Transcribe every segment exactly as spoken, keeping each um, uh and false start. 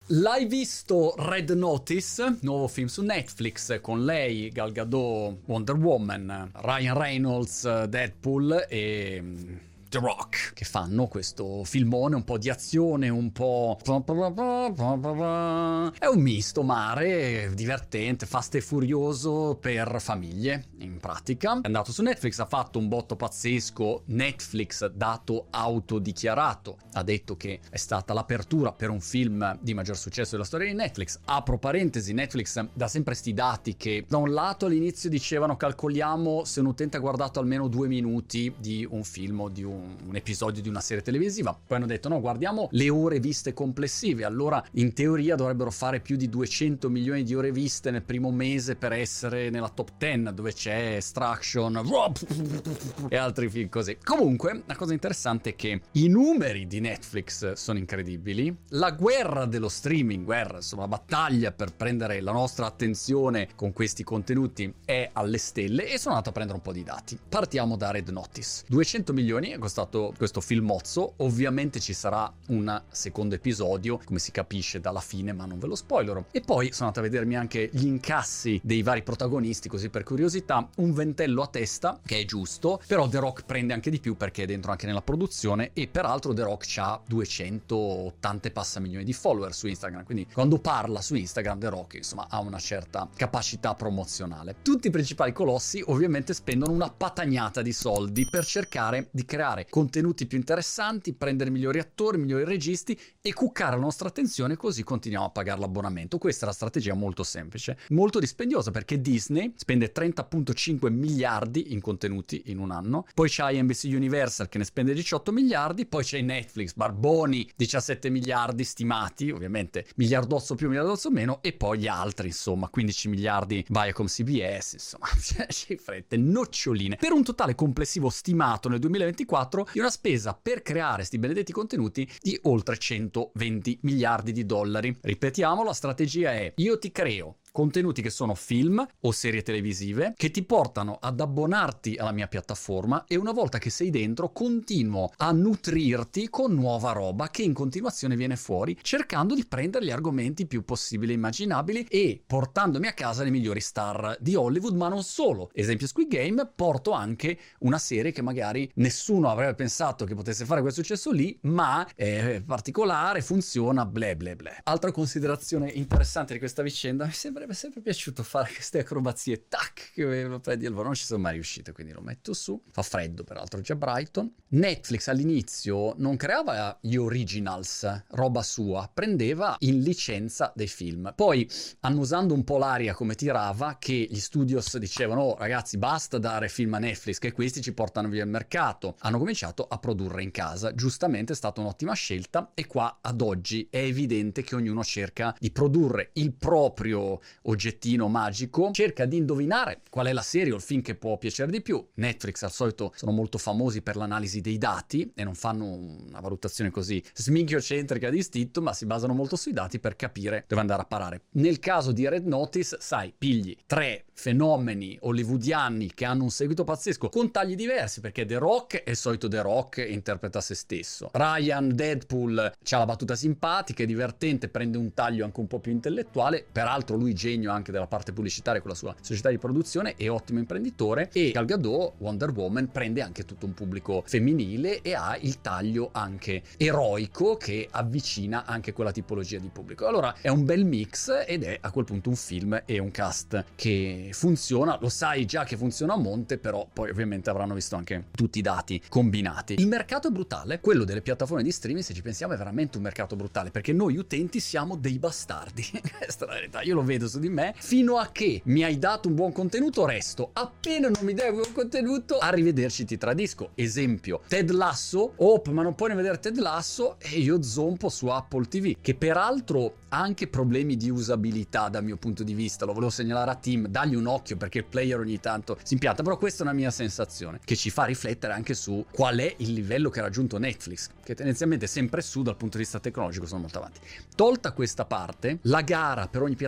L'hai visto Red Notice? Nuovo film su Netflix con lei, Gal Gadot, Wonder Woman, Ryan Reynolds, Deadpool e The Rock, che fanno questo filmone un po' di azione, un po'... è un misto mare, divertente, fast e furioso per famiglie, in pratica. È andato su Netflix, ha fatto un botto pazzesco, Netflix dato autodichiarato, ha detto che è stata l'apertura per un film di maggior successo della storia di Netflix. Apro parentesi, Netflix dà sempre sti dati che da un lato all'inizio dicevano calcoliamo se un utente ha guardato almeno due minuti di un film o di un un episodio di una serie televisiva, poi hanno detto no, guardiamo le ore viste complessive, allora in teoria dovrebbero fare più di duecento milioni di ore viste nel primo mese per essere nella top dieci, dove c'è Extraction e altri film così. Comunque la cosa interessante è che i numeri di Netflix sono incredibili, la guerra dello streaming, guerra insomma battaglia per prendere la nostra attenzione con questi contenuti è alle stelle, e sono andato a prendere un po' di dati. Partiamo da Red Notice. duecento milioni è costato questo filmozzo, ovviamente ci sarà un secondo episodio, come si capisce dalla fine, ma non ve lo spoilerò. E poi sono andato a vedermi anche gli incassi dei vari protagonisti, così per curiosità, un ventello a testa, che è giusto, però The Rock prende anche di più perché è dentro anche nella produzione, e peraltro The Rock ha duecentottanta e passa milioni di follower su Instagram, quindi quando parla su Instagram The Rock insomma ha una certa capacità promozionale. Tutti i principali colossi ovviamente spendono una patagnata di soldi per cercare di creare contenuti più interessanti, prendere migliori attori, migliori registi e cuccare la nostra attenzione, così continuiamo a pagare l'abbonamento. Questa è la strategia molto semplice, molto dispendiosa, perché Disney spende trenta virgola cinque miliardi in contenuti in un anno, poi c'è N B C Universal che ne spende diciotto miliardi, poi c'è Netflix, barboni, diciassette miliardi stimati, ovviamente miliardozzo più, miliardozzo meno, e poi gli altri, insomma, quindici miliardi Viacom, C B S, insomma, cifrette, noccioline, per un totale complessivo stimato nel duemilaventiquattro di una spesa per creare sti benedetti contenuti di oltre centoventi miliardi di dollari. Ripetiamo, la strategia è: io ti creo contenuti che sono film o serie televisive che ti portano ad abbonarti alla mia piattaforma, e una volta che sei dentro continuo a nutrirti con nuova roba che in continuazione viene fuori, cercando di prendere gli argomenti più possibili e immaginabili e portandomi a casa le migliori star di Hollywood, ma non solo. Esempio Squid Game, porto anche una serie che magari nessuno avrebbe pensato che potesse fare quel successo lì, ma è particolare, funziona, ble ble ble. Altra considerazione interessante di questa vicenda: mi sembra mi è sempre piaciuto fare queste acrobazie, tac, che lo prendi al volo. Non ci sono mai riuscito, quindi lo metto su. Fa freddo, peraltro, già Brighton. Netflix all'inizio non creava gli originals, roba sua, prendeva in licenza dei film. Poi, annusando un po' l'aria come tirava, che gli studios dicevano: oh, ragazzi, basta dare film a Netflix, che questi ci portano via il mercato. Hanno cominciato a produrre in casa. Giustamente è stata un'ottima scelta, e qua ad oggi è evidente che ognuno cerca di produrre il proprio oggettino magico, cerca di indovinare qual è la serie o il film che può piacere di più. Netflix al solito sono molto famosi per l'analisi dei dati e non fanno una valutazione così sminchiocentrica di istinto, ma si basano molto sui dati per capire dove andare a parare. Nel caso di Red Notice, sai, pigli tre fenomeni hollywoodiani che hanno un seguito pazzesco con tagli diversi, perché The Rock è il solito The Rock e interpreta se stesso. Ryan, Deadpool, c'ha la battuta simpatica, è divertente, prende un taglio anche un po' più intellettuale, peraltro lui genio anche della parte pubblicitaria con la sua società di produzione, è ottimo imprenditore. E Gal Gadot, Wonder Woman, prende anche tutto un pubblico femminile e ha il taglio anche eroico che avvicina anche quella tipologia di pubblico. Allora è un bel mix, ed è a quel punto un film e un cast che funziona. Lo sai già che funziona a monte, però poi ovviamente avranno visto anche tutti i dati combinati. Il mercato è brutale, quello delle piattaforme di streaming, se ci pensiamo, è veramente un mercato brutale, perché noi utenti siamo dei bastardi. Questa è la verità, io lo vedo su di me. Fino a che mi hai dato un buon contenuto resto, appena non mi dai un buon contenuto, arrivederci, ti tradisco. Esempio Ted Lasso, oh ma non puoi ne vedere Ted Lasso, e io zompo su Apple T V, che peraltro ha anche problemi di usabilità dal mio punto di vista. Lo volevo segnalare a Tim, dagli un occhio perché il player ogni tanto si impianta, però questa è una mia sensazione che ci fa riflettere anche su qual è il livello che ha raggiunto Netflix, che tendenzialmente sempre su dal punto di vista tecnologico sono molto avanti. Tolta questa parte, la gara per ogni piattaforma è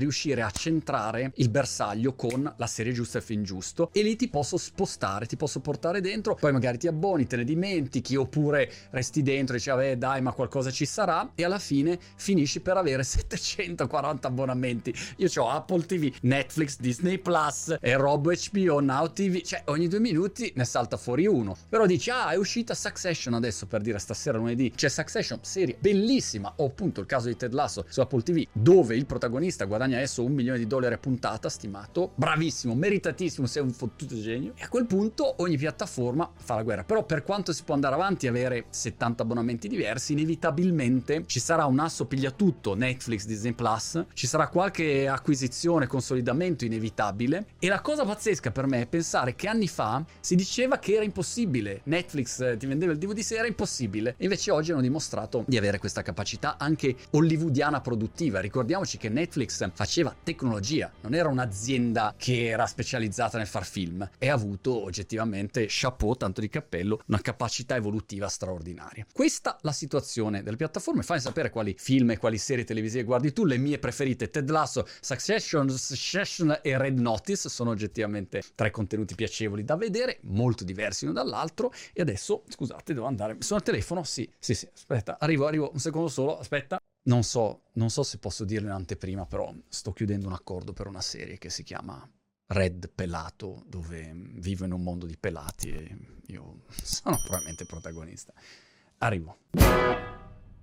riuscire a centrare il bersaglio con la serie giusta e il film giusto, e lì ti posso spostare, ti posso portare dentro, poi magari ti abboni, te ne dimentichi, oppure resti dentro e dici vabbè dai ma qualcosa ci sarà, e alla fine finisci per avere settecentoquaranta abbonamenti. Io ho Apple T V, Netflix, Disney Plus e Robo H B O, Now T V, cioè ogni due minuti ne salta fuori uno. Però dici ah è uscita Succession adesso, per dire stasera lunedì c'è Succession, serie bellissima, o appunto il caso di Ted Lasso su Apple T V dove il protagonista guadagna adesso un milione di dollari a puntata, stimato, bravissimo, meritatissimo, sei un fottuto genio, e a quel punto ogni piattaforma fa la guerra. Però per quanto si può andare avanti e avere settanta abbonamenti diversi, inevitabilmente ci sarà un asso pigliatutto, Netflix, Disney Plus, ci sarà qualche acquisizione, consolidamento inevitabile. E la cosa pazzesca per me è pensare che anni fa si diceva che era impossibile, Netflix eh, ti vendeva il D V D se era impossibile, e invece oggi hanno dimostrato di avere questa capacità anche hollywoodiana produttiva. Ricordiamoci che Netflix faceva tecnologia, non era un'azienda che era specializzata nel far film, e ha avuto oggettivamente, chapeau, tanto di cappello, una capacità evolutiva straordinaria. Questa la situazione delle piattaforme. Fammi sapere quali film e quali serie televisive guardi tu. Le mie preferite, Ted Lasso, Succession, Succession e Red Notice, sono oggettivamente tre contenuti piacevoli da vedere, molto diversi uno dall'altro. E adesso, scusate, devo andare, sono al telefono, sì, sì, sì, aspetta, arrivo, arrivo, un secondo solo, aspetta. Non so, non so se posso dirlo in anteprima, però sto chiudendo un accordo per una serie che si chiama Red Pelato, dove vivo in un mondo di pelati e io sono probabilmente protagonista. Arrivo.